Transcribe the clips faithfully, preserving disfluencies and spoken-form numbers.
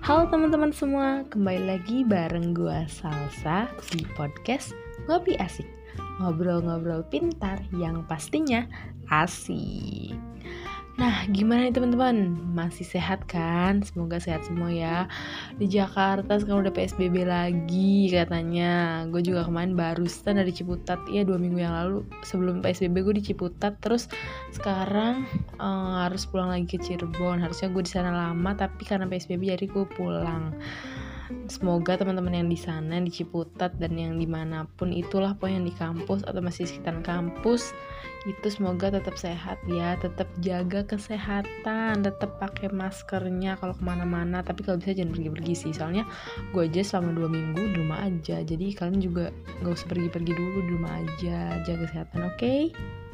Halo teman-teman semua, kembali lagi bareng gua Salsa di podcast Ngopi Asik. Ngobrol-ngobrol pintar yang pastinya asik. Nah, gimana nih teman-teman? Masih sehat kan? Semoga sehat semua ya. Di Jakarta sekarang udah P S B B lagi katanya. Gue juga kemarin barusan dari Ciputat, ya dua minggu yang lalu sebelum P S B B gue di Ciputat. Terus sekarang uh, harus pulang lagi ke Cirebon. Harusnya gue di sana lama, tapi karena P S B B jadi gue pulang. Semoga teman-teman yang di sana, di Ciputat dan yang dimanapun itulah, pokoknya yang di kampus atau masih sekitar kampus itu semoga tetap sehat ya, tetap jaga kesehatan, tetap pakai maskernya kalau kemana-mana. Tapi kalau bisa jangan pergi-pergi sih, soalnya gue aja selama dua minggu di rumah aja. Jadi kalian juga gak usah pergi-pergi dulu, di rumah aja, jaga kesehatan, oke? Okay?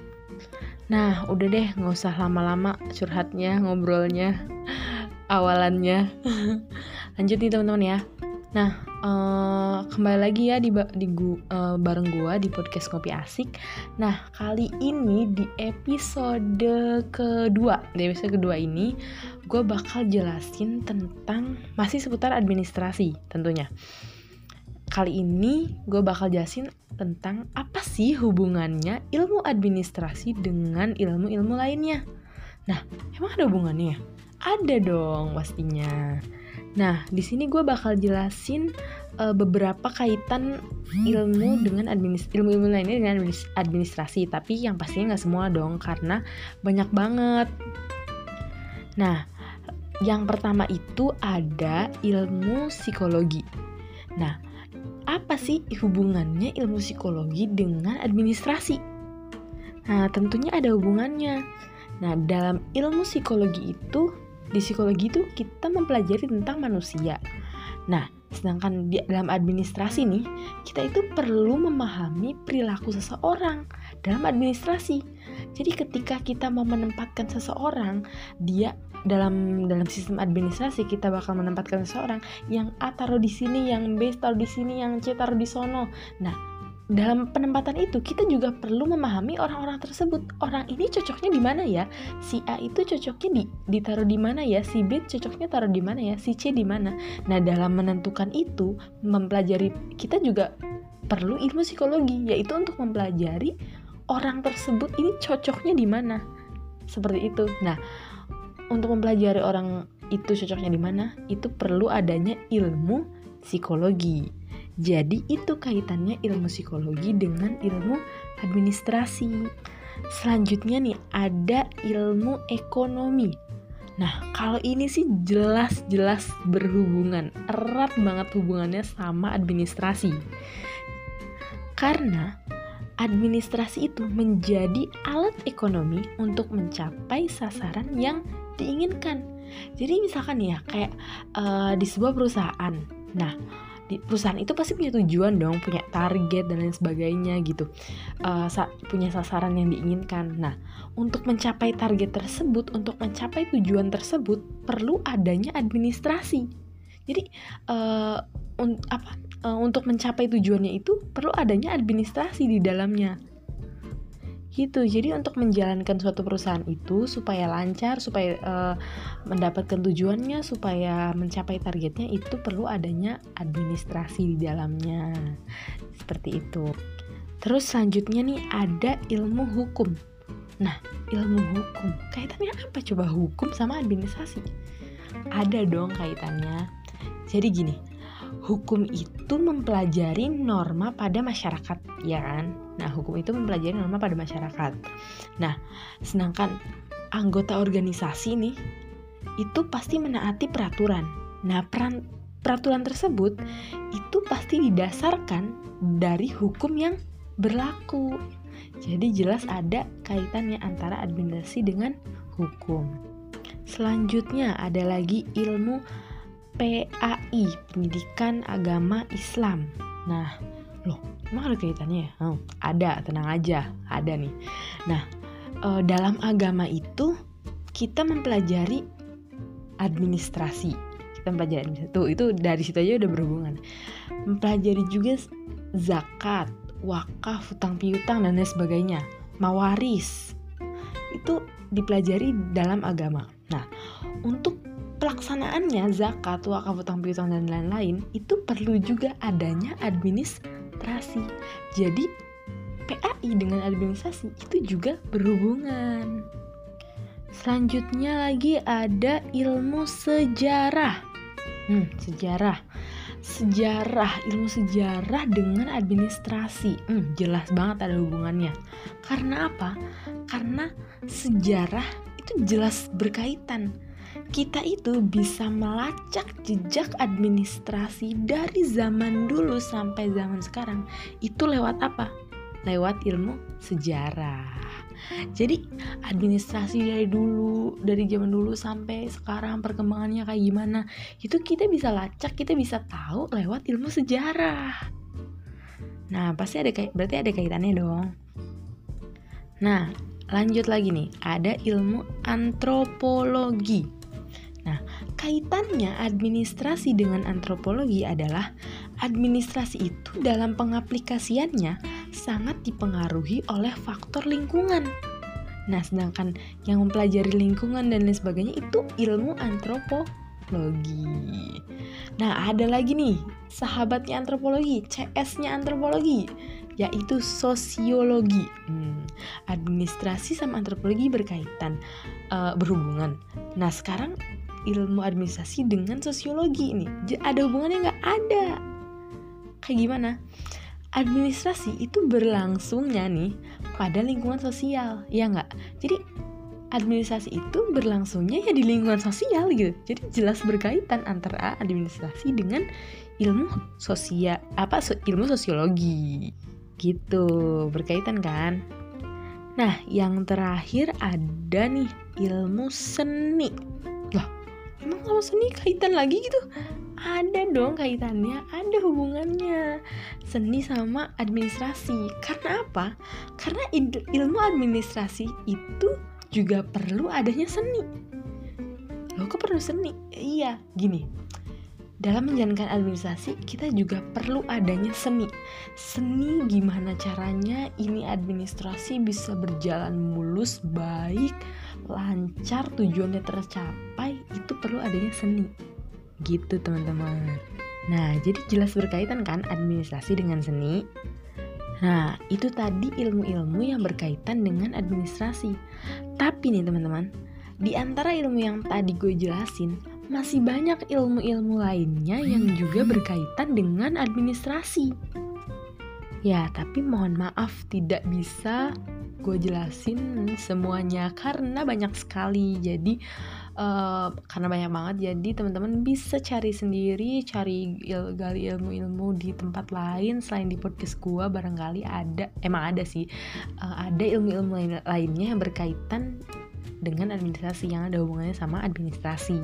Nah udah deh, gak usah lama-lama curhatnya, ngobrolnya, awalannya. Lanjut nih teman-teman ya. Nah, uh, kembali lagi ya di, di uh, bareng gua di podcast Ngopi Asik. Nah, kali ini di episode kedua, di episode kedua ini gua bakal jelasin tentang masih seputar administrasi tentunya. Kali ini gua bakal jelasin tentang apa sih hubungannya ilmu administrasi dengan ilmu-ilmu lainnya. Nah, emang ada hubungannya? Ada dong pastinya. Nah, di sini gue bakal jelasin uh, beberapa kaitan ilmu dengan administ- ilmu-ilmu lainnya dengan administrasi, tapi yang pastinya nggak semua dong, karena banyak banget. Nah, yang pertama itu ada ilmu psikologi. Nah, apa sih hubungannya ilmu psikologi dengan administrasi? Nah, tentunya ada hubungannya. Nah, dalam ilmu psikologi itu, di psikologi itu kita mempelajari tentang manusia. Nah, sedangkan di dalam administrasi nih, kita itu perlu memahami perilaku seseorang dalam administrasi. Jadi ketika kita mau menempatkan seseorang, dia dalam dalam sistem administrasi kita bakal menempatkan seseorang, yang A taruh di sini, yang B taruh di sini, yang C taruh di sono. Nah, dalam penempatan itu kita juga perlu memahami orang-orang tersebut. Orang ini cocoknya di mana ya? Si A itu cocoknya di ditaruh di mana ya? Si B cocoknya taruh di mana ya? Si C di mana? Nah, dalam menentukan itu, mempelajari, kita juga perlu ilmu psikologi, yaitu untuk mempelajari orang tersebut ini cocoknya di mana. Seperti itu. Nah, untuk mempelajari orang itu cocoknya di mana, itu perlu adanya ilmu psikologi. Jadi itu kaitannya ilmu psikologi dengan ilmu administrasi. Selanjutnya nih ada ilmu ekonomi. Nah, kalau ini sih jelas-jelas berhubungan, erat banget hubungannya sama administrasi. Karena administrasi itu menjadi alat ekonomi untuk mencapai sasaran yang diinginkan. Jadi misalkan ya, kayak uh, di sebuah perusahaan. Nah, di perusahaan itu pasti punya tujuan dong, punya target dan lain sebagainya gitu, uh, sa- punya sasaran yang diinginkan. Nah, untuk mencapai target tersebut, untuk mencapai tujuan tersebut, perlu adanya administrasi. Jadi uh, un- apa uh, untuk mencapai tujuannya itu perlu adanya administrasi di dalamnya. Gitu. Jadi untuk menjalankan suatu perusahaan itu supaya lancar, supaya uh, mendapatkan tujuannya, supaya mencapai targetnya, itu perlu adanya administrasi di dalamnya. Seperti itu. Terus selanjutnya nih ada ilmu hukum. Nah, ilmu hukum kaitannya apa coba hukum sama administrasi? Ada dong kaitannya. Jadi gini, hukum itu mempelajari norma pada masyarakat, ya kan? Nah, hukum itu mempelajari norma pada masyarakat. Nah, sedangkan anggota organisasi nih, itu pasti menaati peraturan. Nah, peran, peraturan tersebut itu pasti didasarkan dari hukum yang berlaku. Jadi jelas ada kaitannya antara administrasi dengan hukum. Selanjutnya ada lagi ilmu P A I, Pendidikan Agama Islam. Nah, loh, emang ada kaitannya ya? Oh, ada, tenang aja, ada nih. Nah, e, dalam agama itu kita mempelajari administrasi. Kita mempelajari administrasi. Tuh, itu dari situ aja udah berhubungan. Mempelajari juga zakat, wakaf, hutang piutang dan lain sebagainya. Mawaris. Itu dipelajari dalam agama. Nah, untuk pelaksanaannya zakat, wakaf, utang piutang dan lain-lain itu perlu juga adanya administrasi. Jadi P A I dengan administrasi itu juga berhubungan. Selanjutnya lagi ada ilmu sejarah. Hmm, sejarah. Sejarah, ilmu sejarah dengan administrasi. Hmm, jelas banget ada hubungannya. Karena apa? Karena sejarah itu jelas berkaitan. Kita itu bisa melacak jejak administrasi dari zaman dulu sampai zaman sekarang. Itu lewat apa? Lewat ilmu sejarah. Jadi administrasi dari dulu, dari zaman dulu sampai sekarang perkembangannya kayak gimana, itu kita bisa lacak, kita bisa tahu lewat ilmu sejarah. Nah, pasti ada kayak berarti ada kaitannya dong. Nah, lanjut lagi nih, ada ilmu antropologi. Nah, kaitannya administrasi dengan antropologi adalah administrasi itu dalam pengaplikasiannya sangat dipengaruhi oleh faktor lingkungan. Nah, sedangkan yang mempelajari lingkungan dan lain sebagainya itu ilmu antropologi. Nah, ada lagi nih, sahabatnya antropologi, C S-nya antropologi, yaitu sosiologi. Hmm, administrasi sama antropologi berkaitan, uh, berhubungan. Nah, sekarang ilmu administrasi dengan sosiologi ini ada hubungannya nggak? Ada. Kayak gimana? Administrasi itu berlangsungnya nih pada lingkungan sosial, ya nggak? Jadi administrasi itu berlangsungnya ya di lingkungan sosial gitu. Jadi jelas berkaitan antara administrasi dengan ilmu sosial, apa ilmu sosiologi, gitu, berkaitan kan? Nah, yang terakhir ada nih ilmu seni. Lah, emang kalau seni kaitan lagi gitu? Ada dong kaitannya, ada hubungannya seni sama administrasi. Karena apa? Karena ilmu administrasi itu juga perlu adanya seni. Loh, kok perlu seni? Iya, gini. Dalam menjalankan administrasi, kita juga perlu adanya seni. Seni gimana caranya ini administrasi bisa berjalan mulus, baik, lancar, tujuannya tercapai, itu perlu adanya seni. Gitu teman-teman. Nah, jadi jelas berkaitan kan administrasi dengan seni. Nah, itu tadi ilmu-ilmu yang berkaitan dengan administrasi. Tapi nih teman-teman, di antara ilmu yang tadi gue jelasin, masih banyak ilmu-ilmu lainnya yang juga berkaitan dengan administrasi. Ya, tapi mohon maaf tidak bisa gue jelasin semuanya karena banyak sekali. Jadi Uh, karena banyak banget, jadi teman-teman bisa cari sendiri, cari il- gali ilmu-ilmu di tempat lain selain di podcast gua. Barangkali ada, emang ada sih, uh, ada ilmu-ilmu lain- lainnya yang berkaitan dengan administrasi, yang ada hubungannya sama administrasi.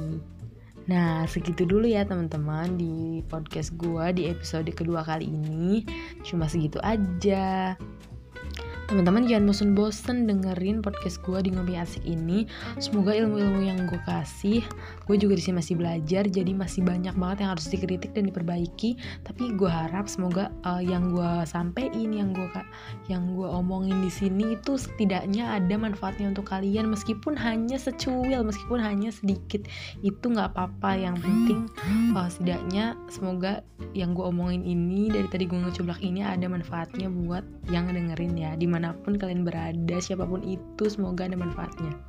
Nah, segitu dulu ya teman-teman di podcast gua di episode kedua kali ini. Cuma segitu aja. Teman-teman jangan bosen-bosen dengerin podcast gue di Ngopi Asik ini. Semoga ilmu-ilmu yang gue kasih, gue juga di sini masih belajar, jadi masih banyak banget yang harus dikritik dan diperbaiki. Tapi gue harap semoga uh, yang gue sampein, yang gue yang gue omongin di sini itu setidaknya ada manfaatnya untuk kalian, meskipun hanya secuil, meskipun hanya sedikit, itu nggak apa-apa. Yang penting uh, setidaknya semoga yang gue omongin ini dari tadi gue ngecoblak ini ada manfaatnya buat yang dengerin ya. Dimana dimanapun kalian berada, siapapun itu, semoga ada manfaatnya.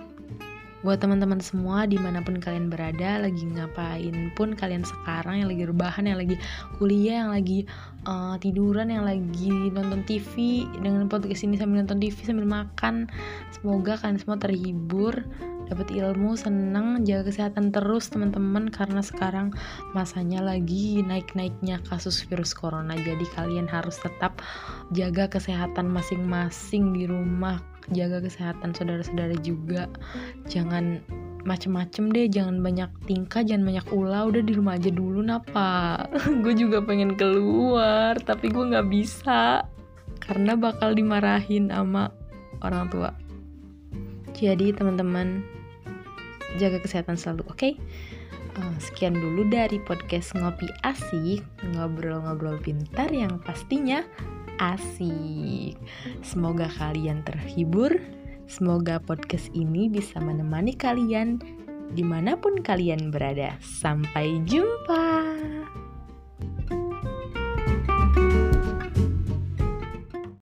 Buat teman-teman semua, dimanapun kalian berada, lagi ngapain pun kalian sekarang, yang lagi rebahan, yang lagi kuliah, yang lagi uh, tiduran, yang lagi nonton T V, dengan podcast ini sambil nonton T V, sambil makan, semoga kalian semua terhibur, dapat ilmu, senang, jaga kesehatan terus teman-teman, karena sekarang masanya lagi naik-naiknya kasus virus corona, jadi kalian harus tetap jaga kesehatan masing-masing di rumah, jaga kesehatan saudara-saudara juga, jangan macem-macem deh, jangan banyak tingkah, jangan banyak ulah, udah di rumah aja dulu. Napa? Gue juga pengen keluar, tapi gue nggak bisa karena bakal dimarahin sama orang tua. Jadi teman-teman jaga kesehatan selalu, oke? Okay? Uh, sekian dulu dari podcast Ngopi Asik, ngobrol-ngobrol pintar yang pastinya asik. Semoga kalian terhibur. Semoga podcast ini bisa menemani kalian dimanapun kalian berada. Sampai jumpa.